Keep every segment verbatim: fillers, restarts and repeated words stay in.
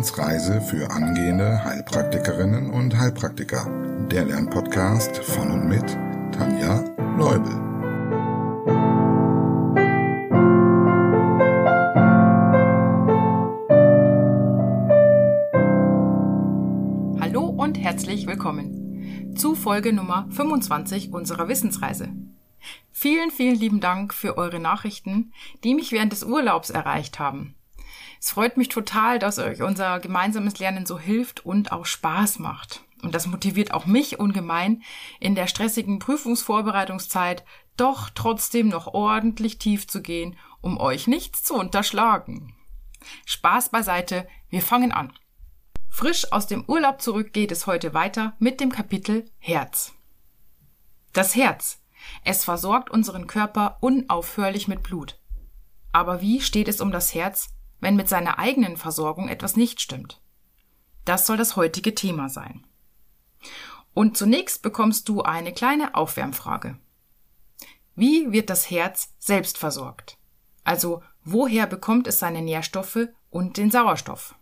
Wissensreise für angehende Heilpraktikerinnen und Heilpraktiker. Der Lernpodcast von und mit Tanja Leubel. Hallo und herzlich willkommen zu Folge Nummer fünfundzwanzig unserer Wissensreise. Vielen, vielen lieben Dank für eure Nachrichten, die mich während des Urlaubs erreicht haben. Es freut mich total, dass euch unser gemeinsames Lernen so hilft und auch Spaß macht. Und das motiviert auch mich ungemein, in der stressigen Prüfungsvorbereitungszeit doch trotzdem noch ordentlich tief zu gehen, um euch nichts zu unterschlagen. Spaß beiseite, wir fangen an. Frisch aus dem Urlaub zurück geht es heute weiter mit dem Kapitel Herz. Das Herz. Es versorgt unseren Körper unaufhörlich mit Blut. Aber wie steht es um das Herz, wenn mit seiner eigenen Versorgung etwas nicht stimmt? Das soll das heutige Thema sein. Und zunächst bekommst du eine kleine Aufwärmfrage. Wie wird das Herz selbst versorgt? Also, woher bekommt es seine Nährstoffe und den Sauerstoff?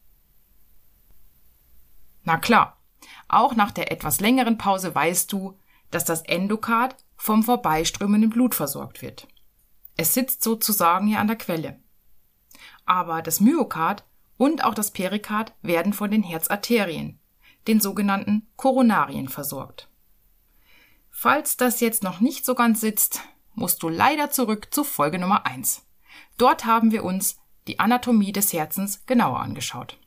Na klar, auch nach der etwas längeren Pause weißt du, dass das Endokard vom vorbeiströmenden Blut versorgt wird. Es sitzt sozusagen hier an der Quelle. Aber das Myokard und auch das Perikard werden von den Herzarterien, den sogenannten Koronarien, versorgt. Falls das jetzt noch nicht so ganz sitzt, musst du leider zurück zu Folge Nummer eins. Dort haben wir uns die Anatomie des Herzens genauer angeschaut.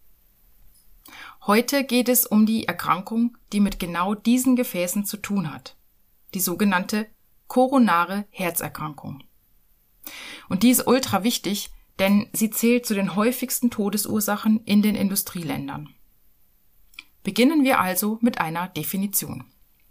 Heute geht es um die Erkrankung, die mit genau diesen Gefäßen zu tun hat. Die sogenannte koronare Herzerkrankung. Und die ist ultra wichtig, denn sie zählt zu den häufigsten Todesursachen in den Industrieländern. Beginnen wir also mit einer Definition.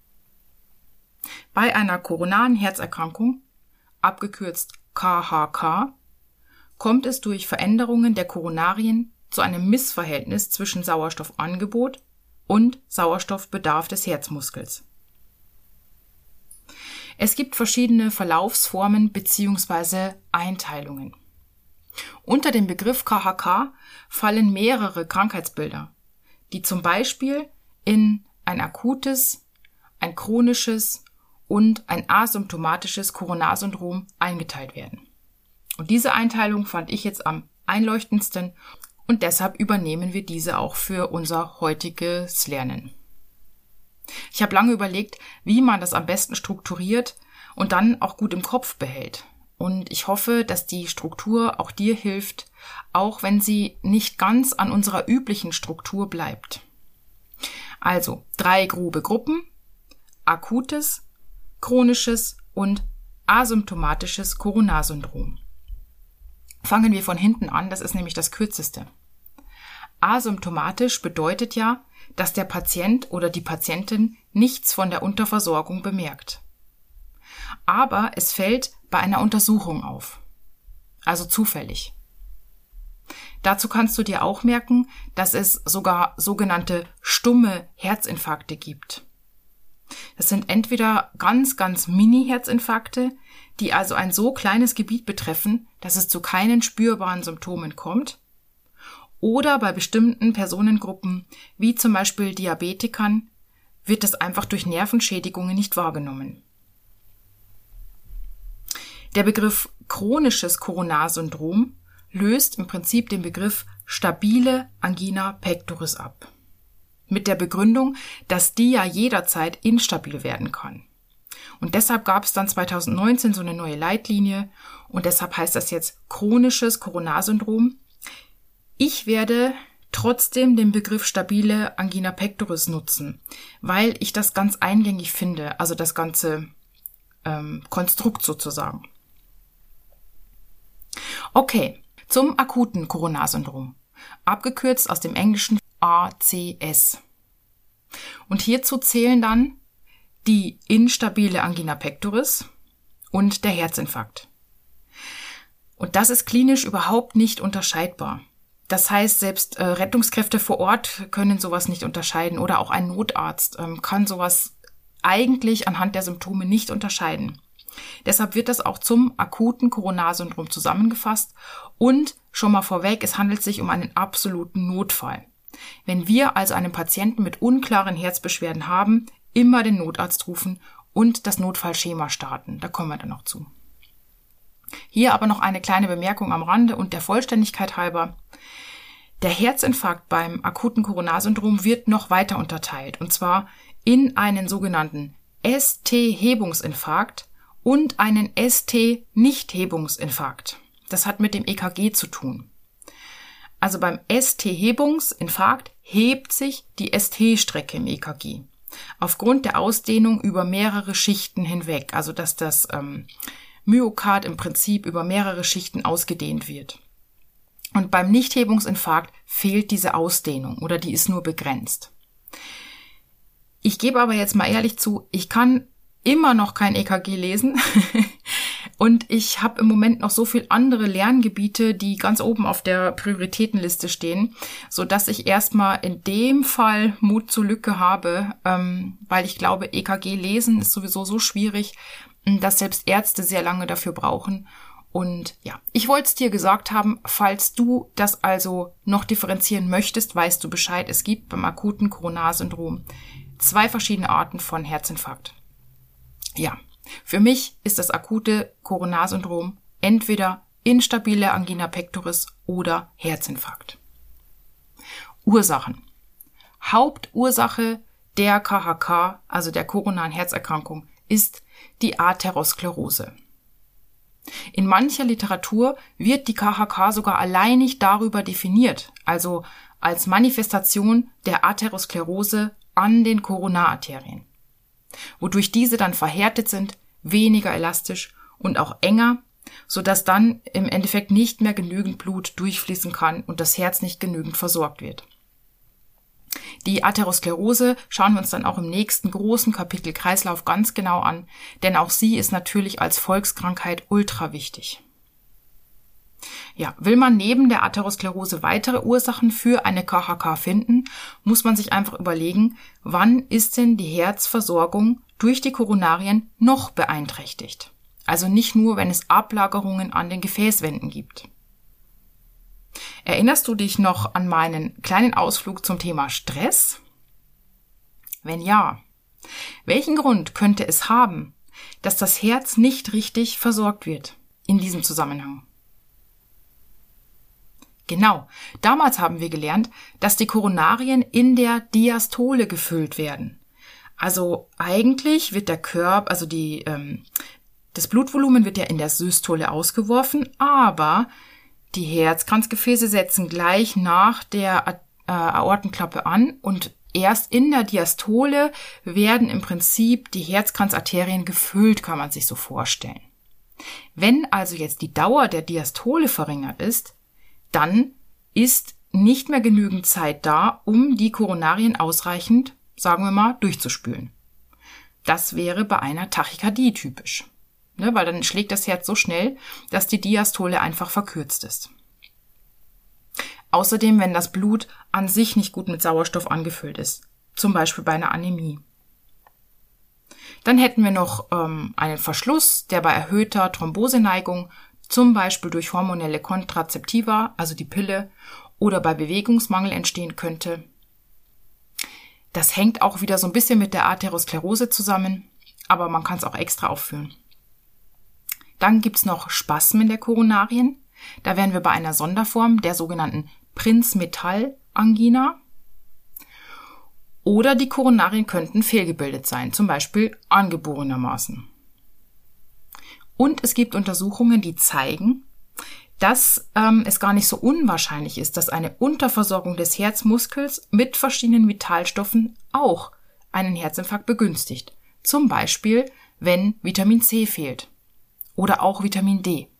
Bei einer koronaren Herzerkrankung, abgekürzt K H K, kommt es durch Veränderungen der Koronarien zu einem Missverhältnis zwischen Sauerstoffangebot und Sauerstoffbedarf des Herzmuskels. Es gibt verschiedene Verlaufsformen bzw. Einteilungen. Unter dem Begriff K H K fallen mehrere Krankheitsbilder, die zum Beispiel in ein akutes, ein chronisches und ein asymptomatisches Koronarsyndrom eingeteilt werden. Und diese Einteilung fand ich jetzt am einleuchtendsten und deshalb übernehmen wir diese auch für unser heutiges Lernen. Ich habe lange überlegt, wie man das am besten strukturiert und dann auch gut im Kopf behält. Und ich hoffe, dass die Struktur auch dir hilft, auch wenn sie nicht ganz an unserer üblichen Struktur bleibt. Also drei grobe Gruppen: akutes, chronisches und asymptomatisches Koronarsyndrom. Fangen wir von hinten an, das ist nämlich das kürzeste. Asymptomatisch bedeutet ja, dass der Patient oder die Patientin nichts von der Unterversorgung bemerkt. Aber es fällt bei einer Untersuchung auf. Also zufällig. Dazu kannst du dir auch merken, dass es sogar sogenannte stumme Herzinfarkte gibt. Das sind entweder ganz, ganz Mini-Herzinfarkte, die also ein so kleines Gebiet betreffen, dass es zu keinen spürbaren Symptomen kommt, oder bei bestimmten Personengruppen, wie zum Beispiel Diabetikern, wird es einfach durch Nervenschädigungen nicht wahrgenommen. Der Begriff chronisches Koronarsyndrom löst im Prinzip den Begriff stabile Angina pectoris ab. Mit der Begründung, dass die ja jederzeit instabil werden kann. Und deshalb gab es dann zweitausendneunzehn so eine neue Leitlinie und deshalb heißt das jetzt chronisches Koronarsyndrom. Ich werde trotzdem den Begriff stabile Angina pectoris nutzen, weil ich das ganz eingängig finde, also das ganze ähm, Konstrukt sozusagen. Okay, zum akuten Koronarsyndrom, abgekürzt aus dem Englischen A C S. Und hierzu zählen dann die instabile Angina pectoris und der Herzinfarkt. Und das ist klinisch überhaupt nicht unterscheidbar. Das heißt, selbst äh, Rettungskräfte vor Ort können sowas nicht unterscheiden oder auch ein Notarzt ähm, kann sowas eigentlich anhand der Symptome nicht unterscheiden. Deshalb wird das auch zum akuten Coronarsyndrom zusammengefasst und schon mal vorweg, es handelt sich um einen absoluten Notfall. Wenn wir also einen Patienten mit unklaren Herzbeschwerden haben, immer den Notarzt rufen und das Notfallschema starten. Da kommen wir dann noch zu. Hier aber noch eine kleine Bemerkung am Rande und der Vollständigkeit halber. Der Herzinfarkt beim akuten Coronarsyndrom wird noch weiter unterteilt, und zwar in einen sogenannten S T-Hebungsinfarkt und einen S T-Nicht-Hebungsinfarkt. Das hat mit dem E K G zu tun. Also beim S T-Hebungsinfarkt hebt sich die S T-Strecke im E K G aufgrund der Ausdehnung über mehrere Schichten hinweg, also dass das ähm, Myokard im Prinzip über mehrere Schichten ausgedehnt wird. Und beim Nichthebungsinfarkt fehlt diese Ausdehnung oder die ist nur begrenzt. Ich gebe aber jetzt mal ehrlich zu, ich kann immer noch kein E K G lesen und ich habe im Moment noch so viel andere Lerngebiete, die ganz oben auf der Prioritätenliste stehen, so dass ich erstmal in dem Fall Mut zur Lücke habe, ähm, weil ich glaube, E K G lesen ist sowieso so schwierig, dass selbst Ärzte sehr lange dafür brauchen. Und ja, ich wollte es dir gesagt haben, falls du das also noch differenzieren möchtest, weißt du Bescheid, es gibt beim akuten Coronarsyndrom zwei verschiedene Arten von Herzinfarkt. Ja, für mich ist das akute Coronarsyndrom entweder instabile Angina pectoris oder Herzinfarkt. Ursachen. Hauptursache der K H K, also der koronaren Herzerkrankung, ist die Atherosklerose. In mancher Literatur wird die K H K sogar alleinig darüber definiert, also als Manifestation der Atherosklerose an den Koronararterien, wodurch diese dann verhärtet sind, weniger elastisch und auch enger, sodass dann im Endeffekt nicht mehr genügend Blut durchfließen kann und das Herz nicht genügend versorgt wird. Die Atherosklerose schauen wir uns dann auch im nächsten großen Kapitel Kreislauf ganz genau an, denn auch sie ist natürlich als Volkskrankheit ultra wichtig. Ja, will man neben der Atherosklerose weitere Ursachen für eine K H K finden, muss man sich einfach überlegen, wann ist denn die Herzversorgung durch die Koronarien noch beeinträchtigt? Also nicht nur, wenn es Ablagerungen an den Gefäßwänden gibt. Erinnerst du dich noch an meinen kleinen Ausflug zum Thema Stress? Wenn ja, welchen Grund könnte es haben, dass das Herz nicht richtig versorgt wird in diesem Zusammenhang? Genau, damals haben wir gelernt, dass die Koronarien in der Diastole gefüllt werden. Also eigentlich wird der Körper, also die, ähm, das Blutvolumen wird ja in der Systole ausgeworfen, aber die Herzkranzgefäße setzen gleich nach der äh, Aortenklappe an und erst in der Diastole werden im Prinzip die Herzkranzarterien gefüllt, kann man sich so vorstellen. Wenn also jetzt die Dauer der Diastole verringert ist, dann ist nicht mehr genügend Zeit da, um die Koronarien ausreichend, sagen wir mal, durchzuspülen. Das wäre bei einer Tachykardie typisch. Ne, weil dann schlägt das Herz so schnell, dass die Diastole einfach verkürzt ist. Außerdem, wenn das Blut an sich nicht gut mit Sauerstoff angefüllt ist, zum Beispiel bei einer Anämie. Dann hätten wir noch ähm, einen Verschluss, der bei erhöhter Thromboseneigung, zum Beispiel durch hormonelle Kontrazeptiva, also die Pille, oder bei Bewegungsmangel entstehen könnte. Das hängt auch wieder so ein bisschen mit der Atherosklerose zusammen, aber man kann es auch extra aufführen. Dann gibt's noch Spasmen der Koronarien. Da wären wir bei einer Sonderform der sogenannten Prinzmetall-Angina. Oder die Koronarien könnten fehlgebildet sein, zum Beispiel angeborenermaßen. Und es gibt Untersuchungen, die zeigen, dass ähm, es gar nicht so unwahrscheinlich ist, dass eine Unterversorgung des Herzmuskels mit verschiedenen Vitalstoffen auch einen Herzinfarkt begünstigt. Zum Beispiel, wenn Vitamin C fehlt. Oder auch Vitamin D.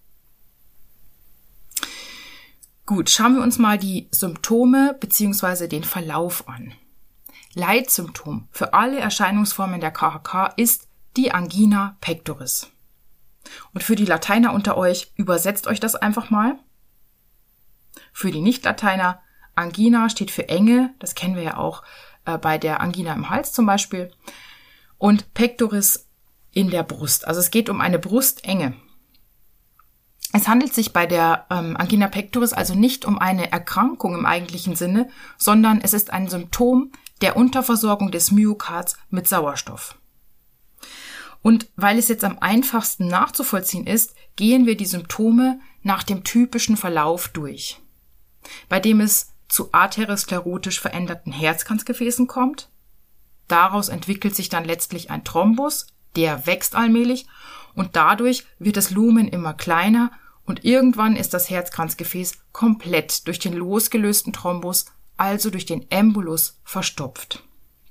Gut, schauen wir uns mal die Symptome bzw. den Verlauf an. Leitsymptom für alle Erscheinungsformen der K H K ist die Angina pectoris. Und für die Lateiner unter euch, übersetzt euch das einfach mal. Für die Nicht-Lateiner, Angina steht für Enge, das kennen wir ja auch äh, bei der Angina im Hals zum Beispiel. Und pectoris in der Brust. Also es geht um eine Brustenge. Es handelt sich bei der ähm, Angina pectoris also nicht um eine Erkrankung im eigentlichen Sinne, sondern es ist ein Symptom der Unterversorgung des Myokards mit Sauerstoff. Und weil es jetzt am einfachsten nachzuvollziehen ist, gehen wir die Symptome nach dem typischen Verlauf durch, bei dem es zu arteriosklerotisch veränderten Herzkranzgefäßen kommt. Daraus entwickelt sich dann letztlich ein Thrombus, der wächst allmählich und dadurch wird das Lumen immer kleiner und irgendwann ist das Herzkranzgefäß komplett durch den losgelösten Thrombus, also durch den Embolus, verstopft.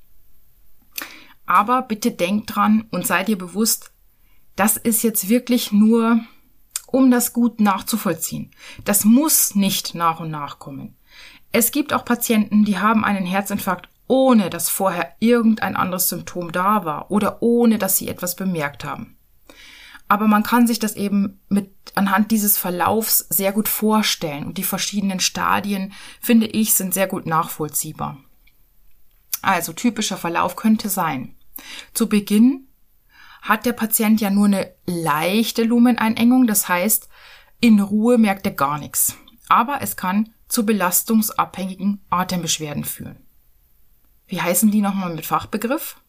Aber bitte denkt dran und seid ihr bewusst, das ist jetzt wirklich nur, um das gut nachzuvollziehen. Das muss nicht nach und nach kommen. Es gibt auch Patienten, die haben einen Herzinfarkt, ohne dass vorher irgendein anderes Symptom da war oder ohne dass sie etwas bemerkt haben. Aber man kann sich das eben mit anhand dieses Verlaufs sehr gut vorstellen und die verschiedenen Stadien, finde ich, sind sehr gut nachvollziehbar. Also typischer Verlauf könnte sein: Zu Beginn hat der Patient ja nur eine leichte Lumeneinengung, das heißt, in Ruhe merkt er gar nichts. Aber es kann zu belastungsabhängigen Atembeschwerden führen. Wie heißen die nochmal mit Fachbegriff?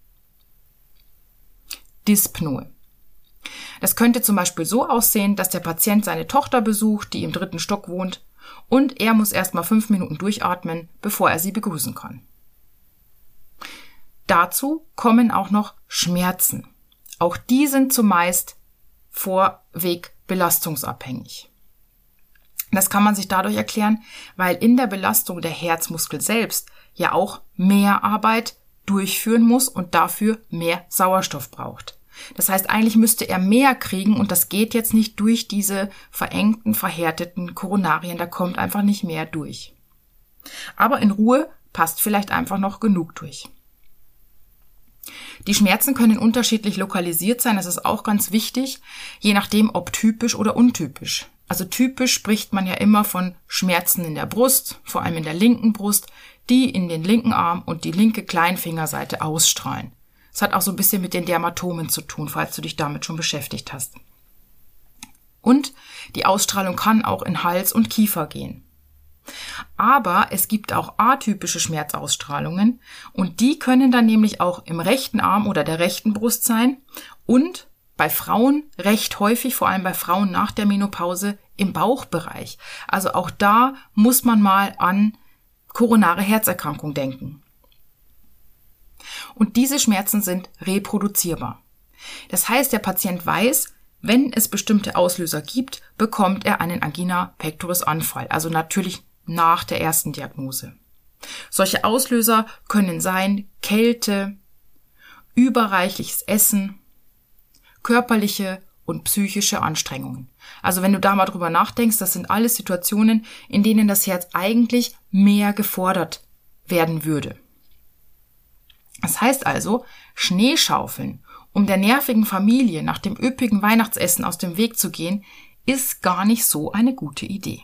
Dyspnoe. Das könnte zum Beispiel so aussehen, dass der Patient seine Tochter besucht, die im dritten Stock wohnt, und er muss erst mal fünf Minuten durchatmen, bevor er sie begrüßen kann. Dazu kommen auch noch Schmerzen. Auch die sind zumeist vorweg belastungsabhängig. Das kann man sich dadurch erklären, weil in der Belastung der Herzmuskel selbst ja auch mehr Arbeit durchführen muss und dafür mehr Sauerstoff braucht. Das heißt, eigentlich müsste er mehr kriegen und das geht jetzt nicht durch diese verengten, verhärteten Koronarien, da kommt einfach nicht mehr durch. Aber in Ruhe passt vielleicht einfach noch genug durch. Die Schmerzen können unterschiedlich lokalisiert sein, das ist auch ganz wichtig, je nachdem, ob typisch oder untypisch. Also typisch spricht man ja immer von Schmerzen in der Brust, vor allem in der linken Brust, die in den linken Arm und die linke Kleinfingerseite ausstrahlen. Das hat auch so ein bisschen mit den Dermatomen zu tun, falls du dich damit schon beschäftigt hast. Und die Ausstrahlung kann auch in Hals und Kiefer gehen. Aber es gibt auch atypische Schmerzausstrahlungen und die können dann nämlich auch im rechten Arm oder der rechten Brust sein und bei Frauen recht häufig, vor allem bei Frauen nach der Menopause, im Bauchbereich. Also auch da muss man mal an koronare Herzerkrankung denken. Und diese Schmerzen sind reproduzierbar. Das heißt, der Patient weiß, wenn es bestimmte Auslöser gibt, bekommt er einen Angina pectoris Anfall, also natürlich nach der ersten Diagnose. Solche Auslöser können sein Kälte, überreichliches Essen, körperliche und psychische Anstrengungen. Also wenn du da mal drüber nachdenkst, das sind alles Situationen, in denen das Herz eigentlich mehr gefordert werden würde. Das heißt also, Schneeschaufeln, um der nervigen Familie nach dem üppigen Weihnachtsessen aus dem Weg zu gehen, ist gar nicht so eine gute Idee.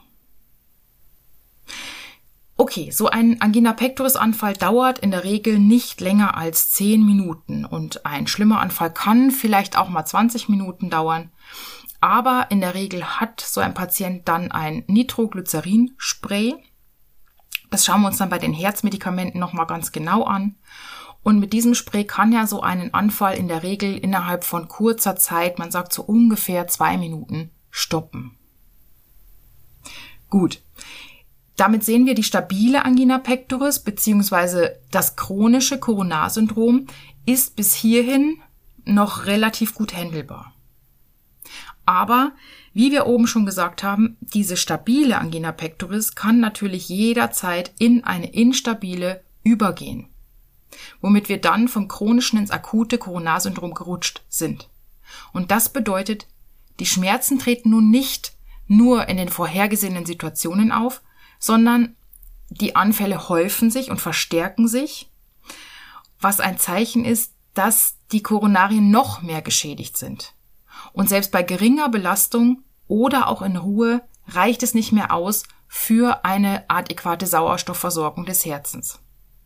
Okay, so ein Angina pectoris Anfall dauert in der Regel nicht länger als zehn Minuten und ein schlimmer Anfall kann vielleicht auch mal zwanzig Minuten dauern, aber in der Regel hat so ein Patient dann ein Nitroglycerin-Spray. Das schauen wir uns dann bei den Herzmedikamenten nochmal ganz genau an. Und mit diesem Spray kann ja so einen Anfall in der Regel innerhalb von kurzer Zeit, man sagt so ungefähr zwei Minuten, stoppen. Gut. Damit sehen wir, die stabile Angina pectoris bzw. das chronische Koronarsyndrom ist bis hierhin noch relativ gut handelbar. Aber, wie wir oben schon gesagt haben, diese stabile Angina pectoris kann natürlich jederzeit in eine instabile übergehen, womit wir dann vom chronischen ins akute Koronarsyndrom gerutscht sind. Und das bedeutet, die Schmerzen treten nun nicht nur in den vorhergesehenen Situationen auf, sondern die Anfälle häufen sich und verstärken sich, was ein Zeichen ist, dass die Koronarien noch mehr geschädigt sind. Und selbst bei geringer Belastung oder auch in Ruhe reicht es nicht mehr aus für eine adäquate Sauerstoffversorgung des Herzens.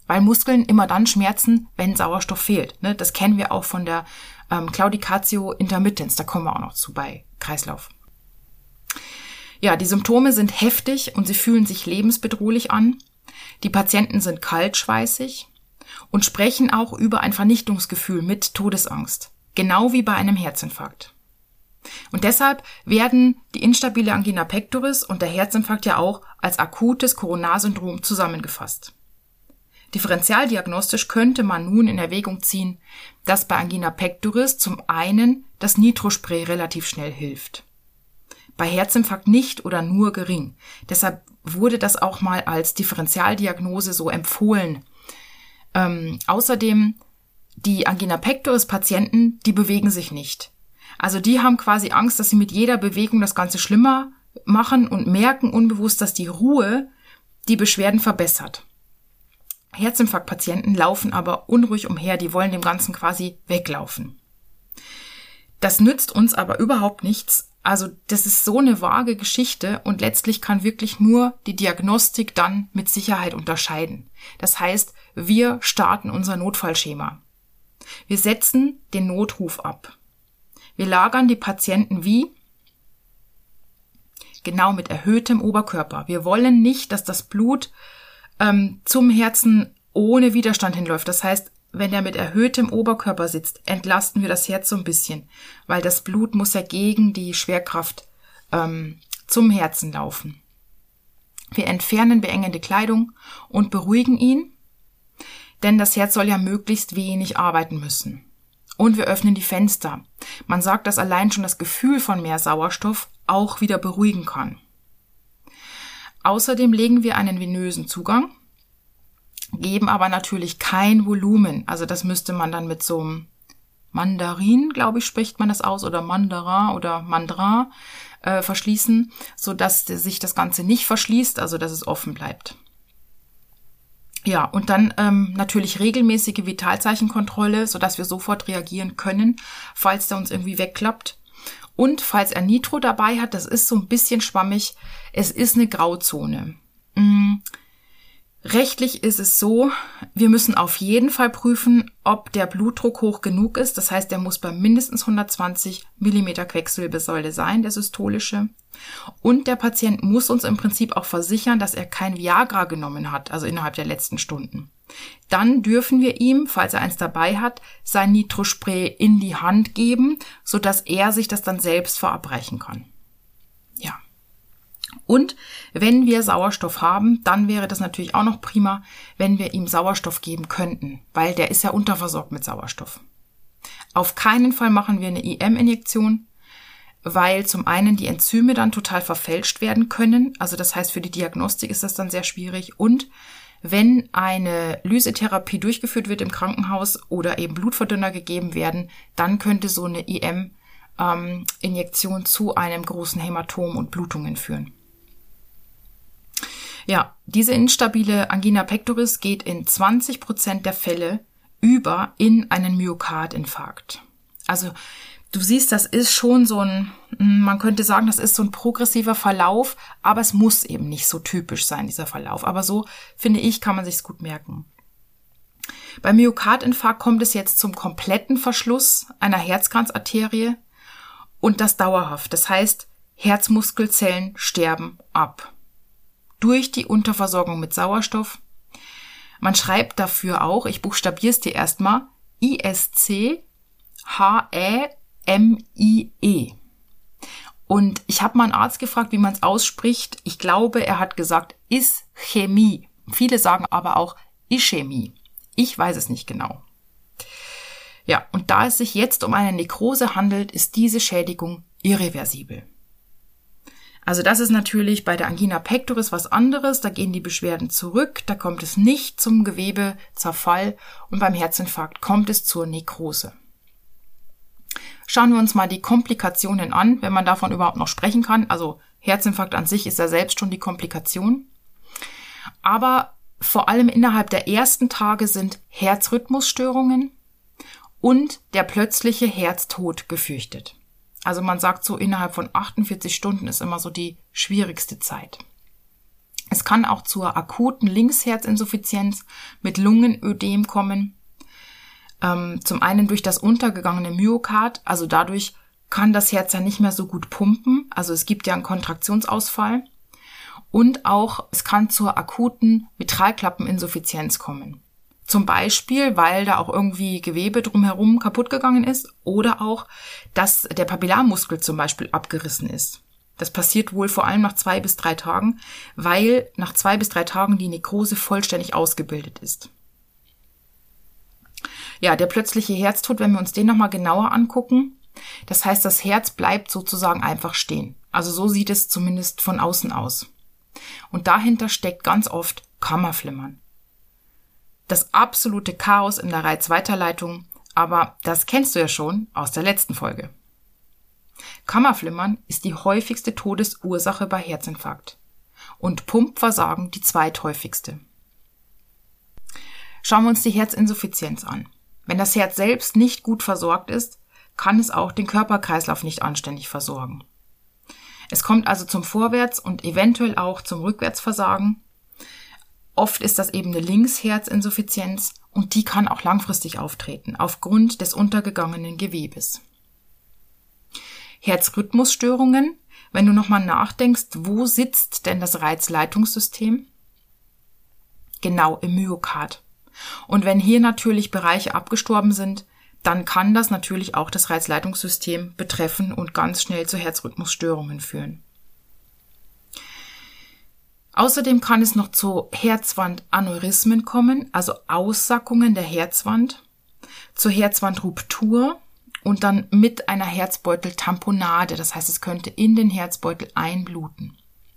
weil Muskeln immer dann schmerzen, wenn Sauerstoff fehlt. Ne? Das kennen wir auch von der ähm, Claudicatio intermittens, da kommen wir auch noch zu bei Kreislauf. Ja, die Symptome sind heftig und sie fühlen sich lebensbedrohlich an. Die Patienten sind kaltschweißig und sprechen auch über ein Vernichtungsgefühl mit Todesangst, genau wie bei einem Herzinfarkt. Und deshalb werden die instabile Angina pectoris und der Herzinfarkt ja auch als akutes Koronarsyndrom zusammengefasst. Differentialdiagnostisch könnte man nun in Erwägung ziehen, dass bei Angina pectoris zum einen das Nitrospray relativ schnell hilft. Bei Herzinfarkt nicht oder nur gering. Deshalb wurde das auch mal als Differentialdiagnose so empfohlen. Ähm, außerdem die Angina pectoris Patienten, die bewegen sich nicht. Also die haben quasi Angst, dass sie mit jeder Bewegung das Ganze schlimmer machen und merken unbewusst, dass die Ruhe die Beschwerden verbessert. Herzinfarktpatienten laufen aber unruhig umher, die wollen dem Ganzen quasi weglaufen. Das nützt uns aber überhaupt nichts. Also das ist so eine vage Geschichte und letztlich kann wirklich nur die Diagnostik dann mit Sicherheit unterscheiden. Das heißt, wir starten unser Notfallschema. Wir setzen den Notruf ab. Wir lagern die Patienten wie? Genau mit erhöhtem Oberkörper. Wir wollen nicht, dass das Blut ähm, zum Herzen ohne Widerstand hinläuft. Das heißt, wenn der mit erhöhtem Oberkörper sitzt, entlasten wir das Herz so ein bisschen, weil das Blut muss ja gegen die Schwerkraft ähm, zum Herzen laufen. Wir entfernen beengende Kleidung und beruhigen ihn, denn das Herz soll ja möglichst wenig arbeiten müssen. Und wir öffnen die Fenster. Man sagt, dass allein schon das Gefühl von mehr Sauerstoff auch wieder beruhigen kann. Außerdem legen wir einen venösen Zugang, geben aber natürlich kein Volumen. Also das müsste man dann mit so einem Mandarin, glaube ich, spricht man das aus, oder Mandarin oder Mandrin äh, verschließen, sodass sich das Ganze nicht verschließt, also dass es offen bleibt. Ja, und dann ähm, natürlich regelmäßige Vitalzeichenkontrolle, sodass wir sofort reagieren können, falls der uns irgendwie wegklappt. Und falls er Nitro dabei hat, das ist so ein bisschen schwammig, es ist eine Grauzone. Mhm. Rechtlich ist es so, wir müssen auf jeden Fall prüfen, ob der Blutdruck hoch genug ist. Das heißt, der muss bei mindestens hundertzwanzig Millimeter Quecksilbersäule sein, der systolische. Und der Patient muss uns im Prinzip auch versichern, dass er kein Viagra genommen hat, also innerhalb der letzten Stunden. Dann dürfen wir ihm, falls er eins dabei hat, sein Nitrospray in die Hand geben, sodass er sich das dann selbst verabreichen kann. Ja. Und wenn wir Sauerstoff haben, dann wäre das natürlich auch noch prima, wenn wir ihm Sauerstoff geben könnten, weil der ist ja unterversorgt mit Sauerstoff. Auf keinen Fall machen wir eine I M-Injektion, weil zum einen die Enzyme dann total verfälscht werden können, also das heißt, für die Diagnostik ist das dann sehr schwierig, und wenn eine Lysetherapie durchgeführt wird im Krankenhaus oder eben Blutverdünner gegeben werden, dann könnte so eine I M-Injektion zu einem großen Hämatom und Blutungen führen. Ja, diese instabile Angina pectoris geht in zwanzig Prozent der Fälle über in einen Myokardinfarkt. Also du siehst, das ist schon so ein, man könnte sagen, das ist so ein progressiver Verlauf, aber es muss eben nicht so typisch sein, dieser Verlauf. Aber so, finde ich, kann man sich's gut merken. Beim Myokardinfarkt kommt es jetzt zum kompletten Verschluss einer Herzkranzarterie und das dauerhaft. Das heißt, Herzmuskelzellen sterben ab. Durch die Unterversorgung mit Sauerstoff. Man schreibt dafür auch, ich buchstabiere es dir erstmal, I S C H E M I E. Und ich habe mal einen Arzt gefragt, wie man es ausspricht. Ich glaube, er hat gesagt Ischämie. Viele sagen aber auch Ischämie. Ich weiß es nicht genau. Ja, und da es sich jetzt um eine Nekrose handelt, ist diese Schädigung irreversibel. Also das ist natürlich bei der Angina pectoris was anderes, da gehen die Beschwerden zurück, da kommt es nicht zum Gewebezerfall und beim Herzinfarkt kommt es zur Nekrose. Schauen wir uns mal die Komplikationen an, wenn man davon überhaupt noch sprechen kann. Also Herzinfarkt an sich ist ja selbst schon die Komplikation. Aber vor allem innerhalb der ersten Tage sind Herzrhythmusstörungen und der plötzliche Herztod gefürchtet. Also man sagt so, innerhalb von achtundvierzig Stunden ist immer so die schwierigste Zeit. Es kann auch zur akuten Linksherzinsuffizienz mit Lungenödem kommen. Ähm, zum einen durch das untergegangene Myokard, also dadurch kann das Herz ja nicht mehr so gut pumpen, also es gibt ja einen Kontraktionsausfall. Und auch es kann zur akuten Mitralklappeninsuffizienz kommen. Zum Beispiel, weil da auch irgendwie Gewebe drumherum kaputt gegangen ist oder auch, dass der Papillarmuskel zum Beispiel abgerissen ist. Das passiert wohl vor allem nach zwei bis drei Tagen, weil nach zwei bis drei Tagen die Nekrose vollständig ausgebildet ist. Ja, der plötzliche Herztod, wenn wir uns den nochmal genauer angucken, das heißt, das Herz bleibt sozusagen einfach stehen. Also so sieht es zumindest von außen aus. Und dahinter steckt ganz oft Kammerflimmern. Das absolute Chaos in der Reizweiterleitung, aber das kennst du ja schon aus der letzten Folge. Kammerflimmern ist die häufigste Todesursache bei Herzinfarkt und Pumpversagen die zweithäufigste. Schauen wir uns die Herzinsuffizienz an. Wenn das Herz selbst nicht gut versorgt ist, kann es auch den Körperkreislauf nicht anständig versorgen. Es kommt also zum Vorwärts- und eventuell auch zum Rückwärtsversagen. Oft ist das eben eine Linksherzinsuffizienz und die kann auch langfristig auftreten, aufgrund des untergegangenen Gewebes. Herzrhythmusstörungen, wenn du nochmal nachdenkst, wo sitzt denn das Reizleitungssystem? Genau im Myokard. Und wenn hier natürlich Bereiche abgestorben sind, dann kann das natürlich auch das Reizleitungssystem betreffen und ganz schnell zu Herzrhythmusstörungen führen. Außerdem kann es noch zu Herzwandaneurysmen kommen, also Aussackungen der Herzwand, zur Herzwandruptur und dann mit einer Herzbeuteltamponade, das heißt, es könnte in den Herzbeutel einbluten.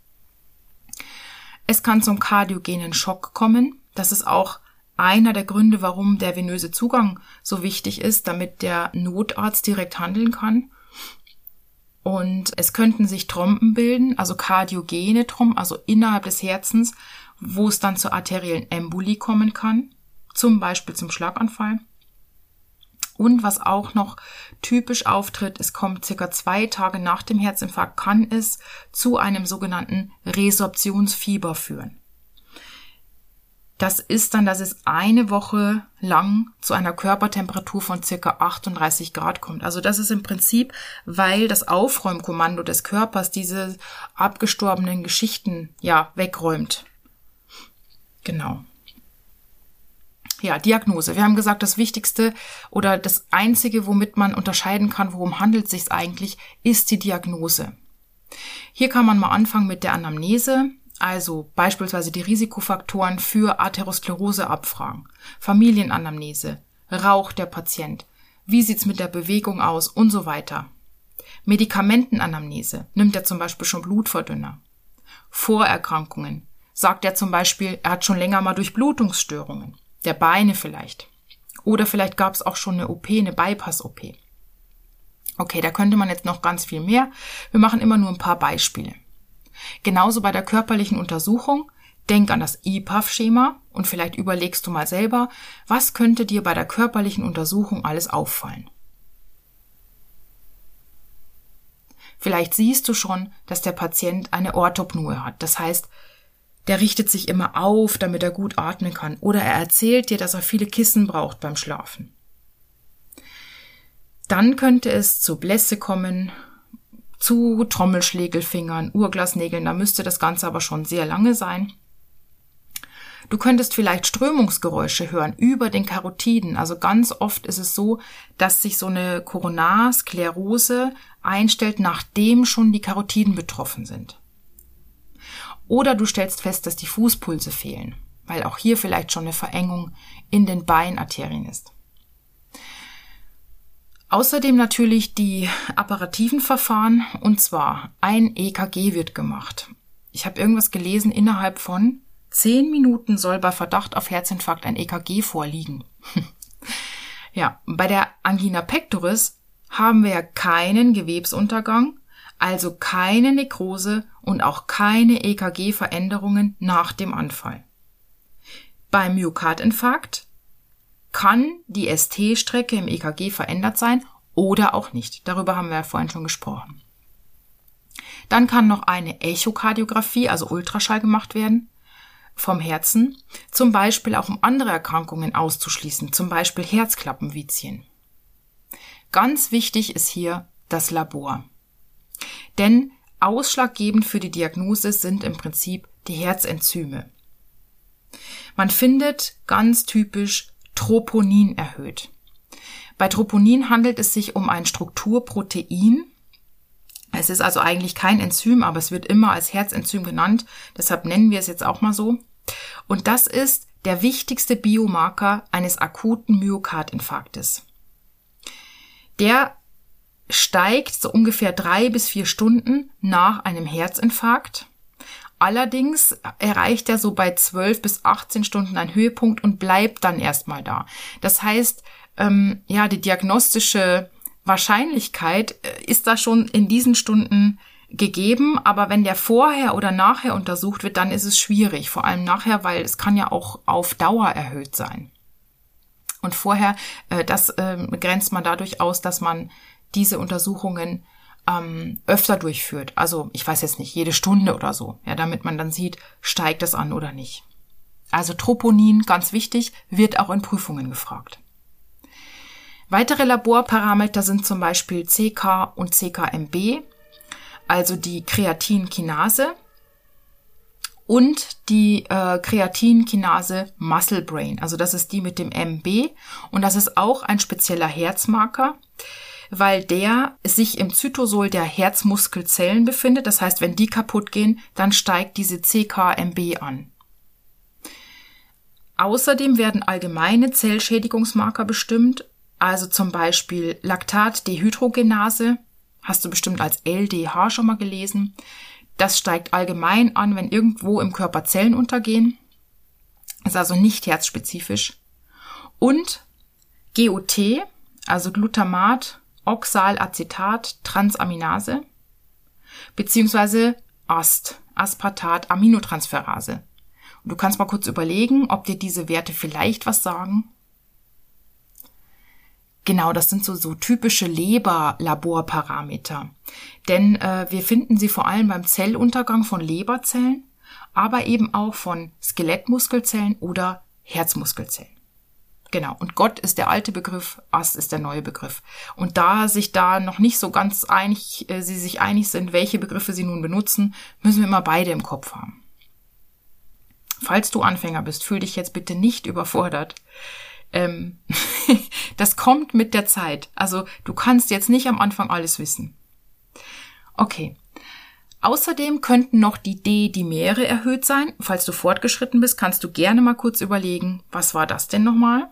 Es kann zum kardiogenen Schock kommen, das ist auch einer der Gründe, warum der venöse Zugang so wichtig ist, damit der Notarzt direkt handeln kann. Und es könnten sich Tromben bilden, also kardiogene Tromben, also innerhalb des Herzens, wo es dann zur arteriellen Embolie kommen kann, zum Beispiel zum Schlaganfall. Und was auch noch typisch auftritt, es kommt circa zwei Tage nach dem Herzinfarkt, kann es zu einem sogenannten Resorptionsfieber führen. Das ist dann, dass es eine Woche lang zu einer Körpertemperatur von circa achtunddreißig Grad kommt. Also das ist im Prinzip, weil das Aufräumkommando des Körpers diese abgestorbenen Geschichten ja wegräumt. Genau. Ja, Diagnose. Wir haben gesagt, das Wichtigste oder das Einzige, womit man unterscheiden kann, worum handelt es sich eigentlich, ist die Diagnose. Hier kann man mal anfangen mit der Anamnese. Also beispielsweise die Risikofaktoren für Atherosklerose abfragen, Familienanamnese, raucht der Patient, wie sieht's mit der Bewegung aus und so weiter. Medikamentenanamnese, nimmt er zum Beispiel schon Blutverdünner. Vorerkrankungen, sagt er zum Beispiel, er hat schon länger mal Durchblutungsstörungen, der Beine vielleicht. Oder vielleicht gab es auch schon eine O P, eine Bypass-O P. Okay, da könnte man jetzt noch ganz viel mehr. Wir machen immer nur ein paar Beispiele. Genauso bei der körperlichen Untersuchung, denk an das I P A F-Schema und vielleicht überlegst du mal selber, was könnte dir bei der körperlichen Untersuchung alles auffallen. Vielleicht siehst du schon, dass der Patient eine Orthopnoe hat, das heißt, der richtet sich immer auf, damit er gut atmen kann, oder er erzählt dir, dass er viele Kissen braucht beim Schlafen. Dann könnte es zu Blässe kommen, zu Trommelschlägelfingern, Uhrglasnägeln, da müsste das Ganze aber schon sehr lange sein. Du könntest vielleicht Strömungsgeräusche hören über den Karotiden. Also ganz oft ist es so, dass sich so eine Koronarsklerose einstellt, nachdem schon die Karotiden betroffen sind. Oder du stellst fest, dass die Fußpulse fehlen, weil auch hier vielleicht schon eine Verengung in den Beinarterien ist. Außerdem natürlich die apparativen Verfahren, und zwar ein E K G wird gemacht. Ich habe irgendwas gelesen, innerhalb von zehn Minuten soll bei Verdacht auf Herzinfarkt ein E K G vorliegen. Ja, bei der Angina pectoris haben wir ja keinen Gewebsuntergang, also keine Nekrose und auch keine E K G-Veränderungen nach dem Anfall. Beim Myokardinfarkt kann die S T-Strecke im E K G verändert sein oder auch nicht. Darüber haben wir ja vorhin schon gesprochen. Dann kann noch eine Echokardiographie, also Ultraschall, gemacht werden vom Herzen, zum Beispiel auch um andere Erkrankungen auszuschließen, zum Beispiel Herzklappenvizien. Ganz wichtig ist hier das Labor. Denn ausschlaggebend für die Diagnose sind im Prinzip die Herzenzyme. Man findet ganz typisch Troponin erhöht. Bei Troponin handelt es sich um ein Strukturprotein. Es ist also eigentlich kein Enzym, aber es wird immer als Herzenzym genannt. Deshalb nennen wir es jetzt auch mal so. Und das ist der wichtigste Biomarker eines akuten Myokardinfarktes. Der steigt so ungefähr drei bis vier Stunden nach einem Herzinfarkt. Allerdings erreicht er so bei zwölf bis achtzehn Stunden einen Höhepunkt und bleibt dann erstmal da. Das heißt, ähm, ja, die diagnostische Wahrscheinlichkeit ist da schon in diesen Stunden gegeben, aber wenn der vorher oder nachher untersucht wird, dann ist es schwierig, vor allem nachher, weil es kann ja auch auf Dauer erhöht sein. Und vorher, äh, das äh, grenzt man dadurch aus, dass man diese Untersuchungen ähm, öfter durchführt. Also ich weiß jetzt nicht, jede Stunde oder so, ja, damit man dann sieht, steigt es an oder nicht. Also Troponin, ganz wichtig, wird auch in Prüfungen gefragt. Weitere Laborparameter sind zum Beispiel C K und C K M B, also die Kreatinkinase und die äh, Kreatinkinase Muscle Brain. Also das ist die mit dem M B und das ist auch ein spezieller Herzmarker, weil der sich im Zytosol der Herzmuskelzellen befindet. Das heißt, wenn die kaputt gehen, dann steigt diese C K M B an. Außerdem werden allgemeine Zellschädigungsmarker bestimmt, also zum Beispiel Laktatdehydrogenase, hast du bestimmt als L D H schon mal gelesen. Das steigt allgemein an, wenn irgendwo im Körper Zellen untergehen. Ist also nicht herzspezifisch. Und G O T, also Glutamat, Oxalacetat, Transaminase, beziehungsweise A S T, Aspartat-Aminotransferase. Und du kannst mal kurz überlegen, ob dir diese Werte vielleicht was sagen. Genau, das sind so, so typische Leberlaborparameter. Denn äh, wir finden sie vor allem beim Zelluntergang von Leberzellen, aber eben auch von Skelettmuskelzellen oder Herzmuskelzellen. Genau, und Gott ist der alte Begriff, Ast ist der neue Begriff. Und da sich da noch nicht so ganz einig, äh, sie sich einig sind, welche Begriffe sie nun benutzen, müssen wir immer beide im Kopf haben. Falls du Anfänger bist, fühl dich jetzt bitte nicht überfordert. Ähm, das kommt mit der Zeit. Also du kannst jetzt nicht am Anfang alles wissen. Okay. Außerdem könnten noch die D-Dimere erhöht sein. Falls du fortgeschritten bist, kannst du gerne mal kurz überlegen, was war das denn nochmal?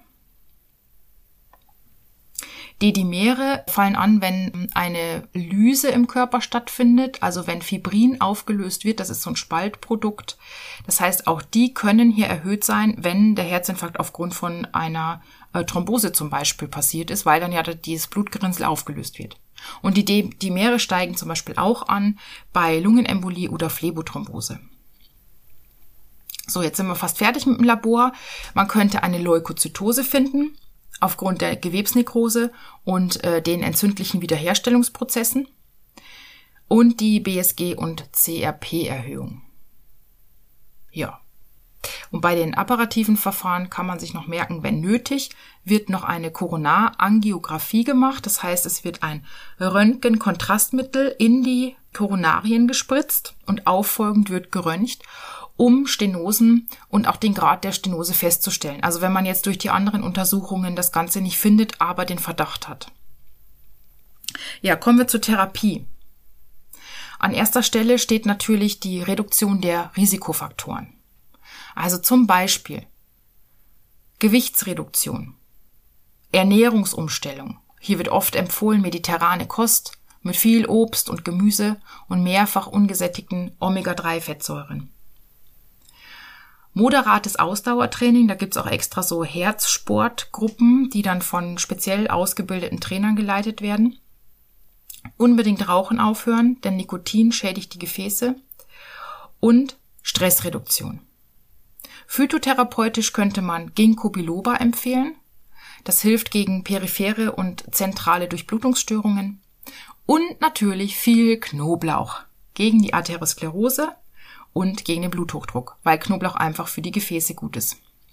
D-Dimere fallen an, wenn eine Lyse im Körper stattfindet, also wenn Fibrin aufgelöst wird, das ist so ein Spaltprodukt. Das heißt, auch die können hier erhöht sein, wenn der Herzinfarkt aufgrund von einer äh, Thrombose zum Beispiel passiert ist, weil dann ja dieses Blutgerinnsel aufgelöst wird. Und die D-Dimere steigen zum Beispiel auch an bei Lungenembolie oder Phlebothrombose. So, jetzt sind wir fast fertig mit dem Labor. Man könnte eine Leukozytose finden, aufgrund der Gewebsnekrose und äh, den entzündlichen Wiederherstellungsprozessen und die B S G- und C R P-Erhöhung. Ja. Und bei den apparativen Verfahren kann man sich noch merken, wenn nötig, wird noch eine Koronarangiographie gemacht. Das heißt, es wird ein Röntgenkontrastmittel in die Koronarien gespritzt und auffolgend wird geröntgt, um Stenosen und auch den Grad der Stenose festzustellen. Also wenn man jetzt durch die anderen Untersuchungen das Ganze nicht findet, aber den Verdacht hat. Ja, kommen wir zur Therapie. An erster Stelle steht natürlich die Reduktion der Risikofaktoren. Also zum Beispiel Gewichtsreduktion, Ernährungsumstellung. Hier wird oft empfohlen mediterrane Kost mit viel Obst und Gemüse und mehrfach ungesättigten Omega drei Fettsäuren. Moderates Ausdauertraining, da gibt's auch extra so Herzsportgruppen, die dann von speziell ausgebildeten Trainern geleitet werden. Unbedingt Rauchen aufhören, denn Nikotin schädigt die Gefäße. Und Stressreduktion. Phytotherapeutisch könnte man Ginkgo biloba empfehlen. Das hilft gegen periphere und zentrale Durchblutungsstörungen. Und natürlich viel Knoblauch gegen die Arteriosklerose und gegen den Bluthochdruck, weil Knoblauch einfach für die Gefäße gut ist.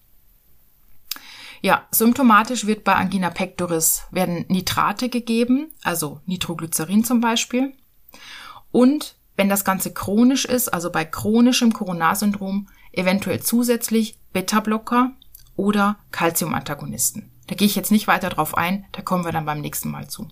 Ja, symptomatisch wird bei Angina pectoris werden Nitrate gegeben, also Nitroglycerin zum Beispiel. Und wenn das Ganze chronisch ist, also bei chronischem Coronarsyndrom, eventuell zusätzlich Beta-Blocker oder Calcium-Antagonisten. Da gehe ich jetzt nicht weiter drauf ein, da kommen wir dann beim nächsten Mal zu.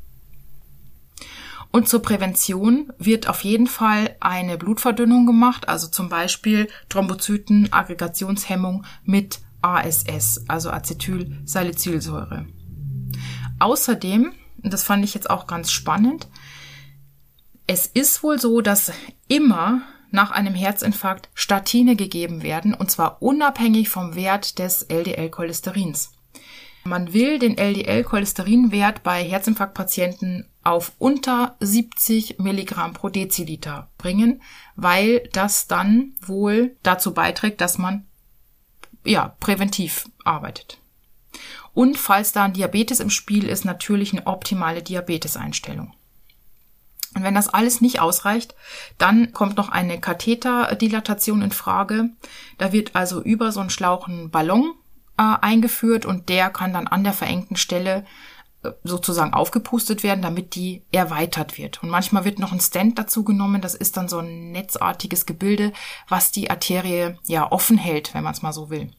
Und zur Prävention wird auf jeden Fall eine Blutverdünnung gemacht, also zum Beispiel Thrombozytenaggregationshemmung mit A S S, also Acetylsalicylsäure. Außerdem, und das fand ich jetzt auch ganz spannend, es ist wohl so, dass immer nach einem Herzinfarkt Statine gegeben werden, und zwar unabhängig vom Wert des L D L-Cholesterins. Man will den L D L-Cholesterinwert bei Herzinfarktpatienten auf unter siebzig Milligramm pro Deziliter bringen, weil das dann wohl dazu beiträgt, dass man ja präventiv arbeitet. Und falls da ein Diabetes im Spiel ist, natürlich eine optimale Diabeteseinstellung. Und wenn das alles nicht ausreicht, dann kommt noch eine Katheterdilatation in Frage. Da wird also über so einen Schlauch ein Ballon äh, eingeführt und der kann dann an der verengten Stelle äh, sozusagen aufgepustet werden, damit die erweitert wird. Und manchmal wird noch ein Stent dazu genommen. Das ist dann so ein netzartiges Gebilde, was die Arterie ja offen hält, wenn man es mal so will.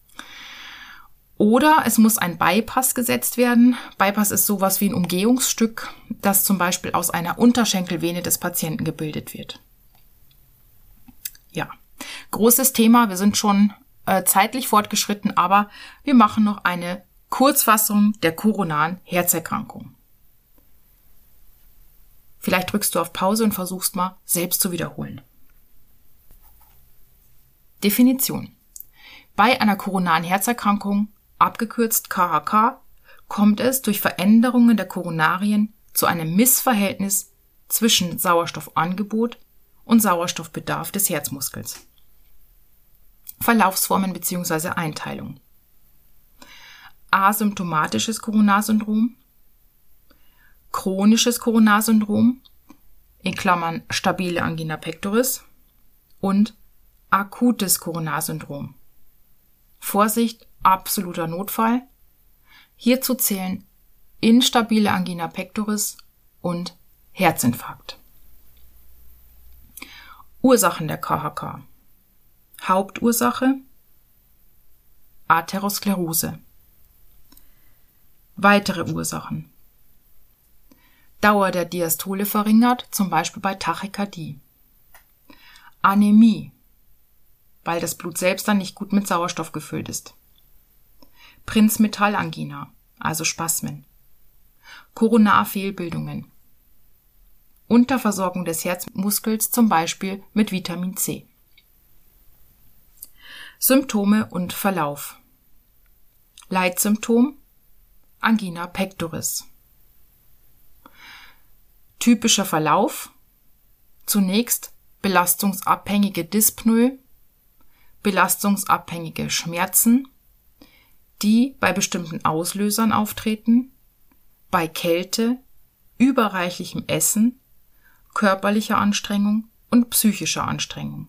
Oder es muss ein Bypass gesetzt werden. Bypass ist sowas wie ein Umgehungsstück, das zum Beispiel aus einer Unterschenkelvene des Patienten gebildet wird. Ja, großes Thema. Wir sind schon äh, zeitlich fortgeschritten, aber wir machen noch eine Kurzfassung der koronaren Herzerkrankung. Vielleicht drückst du auf Pause und versuchst mal selbst zu wiederholen. Definition. Bei einer koronaren Herzerkrankung, abgekürzt K H K, kommt es durch Veränderungen der Koronarien zu einem Missverhältnis zwischen Sauerstoffangebot und Sauerstoffbedarf des Herzmuskels. Verlaufsformen bzw. Einteilung. Asymptomatisches Koronarsyndrom, chronisches Koronarsyndrom, in Klammern stabile Angina pectoris, und akutes Koronarsyndrom. Vorsicht, absoluter Notfall. Hierzu zählen instabile Angina pectoris und Herzinfarkt. Ursachen der K H K. Hauptursache Arteriosklerose. Weitere Ursachen. Dauer der Diastole verringert, zum Beispiel bei Tachykardie. Anämie, weil das Blut selbst dann nicht gut mit Sauerstoff gefüllt ist. Prinzmetallangina, also Spasmen. Koronarfehlbildungen. Unterversorgung des Herzmuskels, zum Beispiel mit Vitamin C. Symptome und Verlauf. Leitsymptom Angina pectoris. Typischer Verlauf. Zunächst belastungsabhängige Dyspnoe, belastungsabhängige Schmerzen, die bei bestimmten Auslösern auftreten, bei Kälte, überreichlichem Essen, körperlicher Anstrengung und psychischer Anstrengung.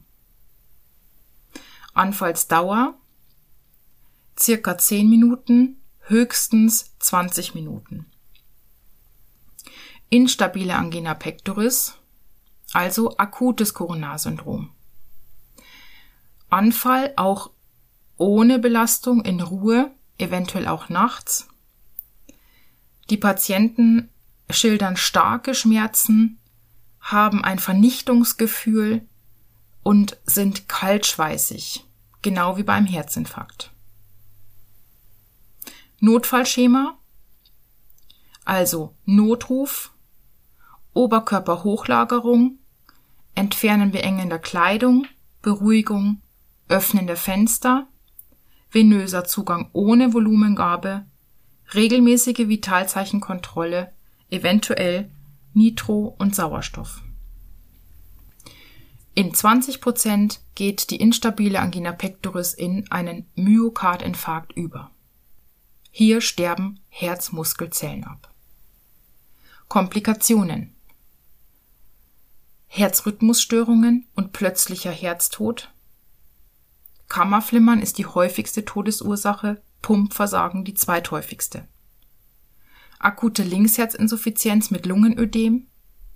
Anfallsdauer circa zehn Minuten, höchstens zwanzig Minuten. Instabile Angina pectoris, also akutes Koronarsyndrom. Anfall auch ohne Belastung in Ruhe, eventuell auch nachts. Die Patienten schildern starke Schmerzen, haben ein Vernichtungsgefühl und sind kaltschweißig, genau wie beim Herzinfarkt. Notfallschema, also Notruf, Oberkörperhochlagerung, Entfernen beengender Kleidung, Beruhigung, Öffnen der Fenster, venöser Zugang ohne Volumengabe, regelmäßige Vitalzeichenkontrolle, eventuell Nitro und Sauerstoff. In zwanzig Prozent geht die instabile Angina pectoris in einen Myokardinfarkt über. Hier sterben Herzmuskelzellen ab. Komplikationen. Herzrhythmusstörungen und plötzlicher Herztod. Kammerflimmern ist die häufigste Todesursache, Pumpversagen die zweithäufigste. Akute Linksherzinsuffizienz mit Lungenödem,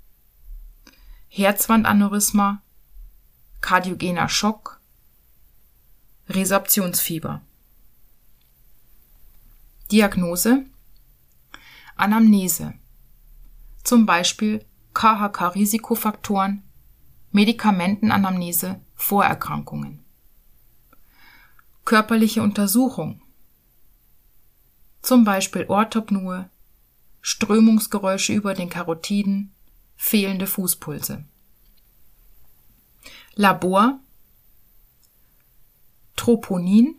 Herzwandaneurysma, kardiogener Schock, Resorptionsfieber. Diagnose: Anamnese, zum Beispiel K H K-Risikofaktoren, Medikamentenanamnese, Vorerkrankungen. Körperliche Untersuchung, zum Beispiel Orthopnoe, Strömungsgeräusche über den Karotiden, fehlende Fußpulse. Labor: Troponin,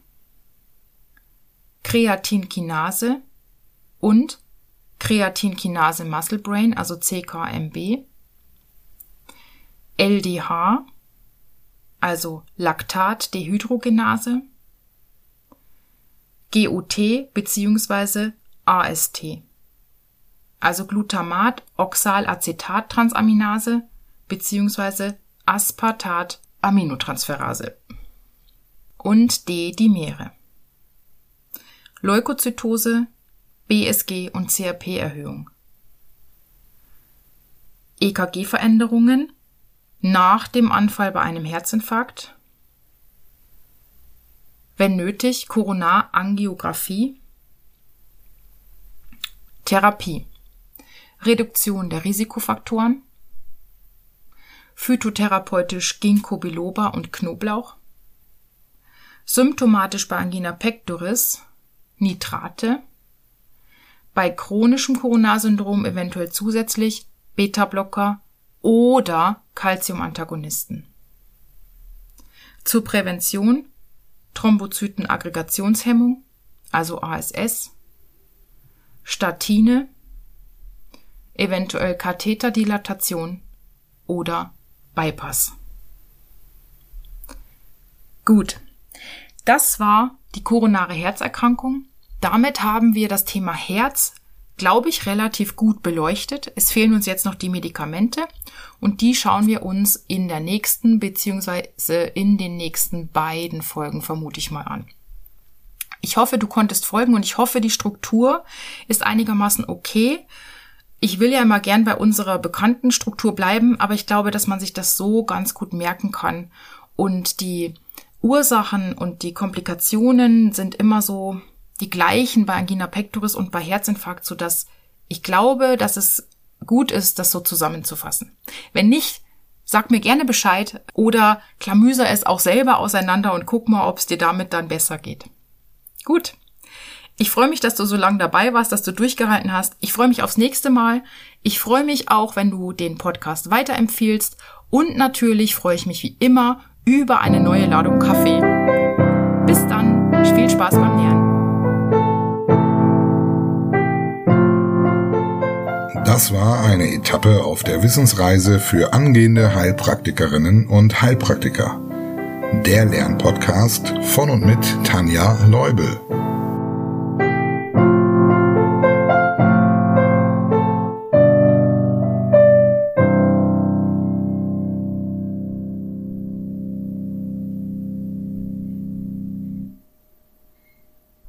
Kreatinkinase und Kreatinkinase Muscle Brain, also C K M B, L D H, also Laktatdehydrogenase, G O T bzw. A S T, also Glutamat-Oxalacetat-Transaminase bzw. Aspartat-Aminotransferase und D-Dimere. Leukozytose, B S G und C R P-Erhöhung. E K G-Veränderungen nach dem Anfall bei einem Herzinfarkt. Wenn nötig, Koronarangiographie. Therapie: Reduktion der Risikofaktoren, phytotherapeutisch Ginkgo biloba und Knoblauch, symptomatisch bei Angina pectoris Nitrate, bei chronischem Koronarsyndrom eventuell zusätzlich Beta-Blocker oder Calciumantagonisten. Zur Prävention Thrombozytenaggregationshemmung, also A S S, Statine, eventuell Katheterdilatation oder Bypass. Gut, das war die koronare Herzerkrankung. Damit haben wir das Thema Herz, glaube ich, relativ gut beleuchtet. Es fehlen uns jetzt noch die Medikamente und die schauen wir uns in der nächsten beziehungsweise in den nächsten beiden Folgen vermute ich mal an. Ich hoffe, du konntest folgen und ich hoffe, die Struktur ist einigermaßen okay. Ich will ja immer gern bei unserer bekannten Struktur bleiben, aber ich glaube, dass man sich das so ganz gut merken kann. Und die Ursachen und die Komplikationen sind immer so die gleichen bei Angina pectoris und bei Herzinfarkt, sodass ich glaube, dass es gut ist, das so zusammenzufassen. Wenn nicht, sag mir gerne Bescheid oder klamüser es auch selber auseinander und guck mal, ob es dir damit dann besser geht. Gut. Ich freue mich, dass du so lange dabei warst, dass du durchgehalten hast. Ich freue mich aufs nächste Mal. Ich freue mich auch, wenn du den Podcast weiterempfiehlst. Und natürlich freue ich mich wie immer über eine neue Ladung Kaffee. Bis dann. Viel Spaß beim Lernen. Das war eine Etappe auf der Wissensreise für angehende Heilpraktikerinnen und Heilpraktiker. Der Lernpodcast von und mit Tanja Leubel.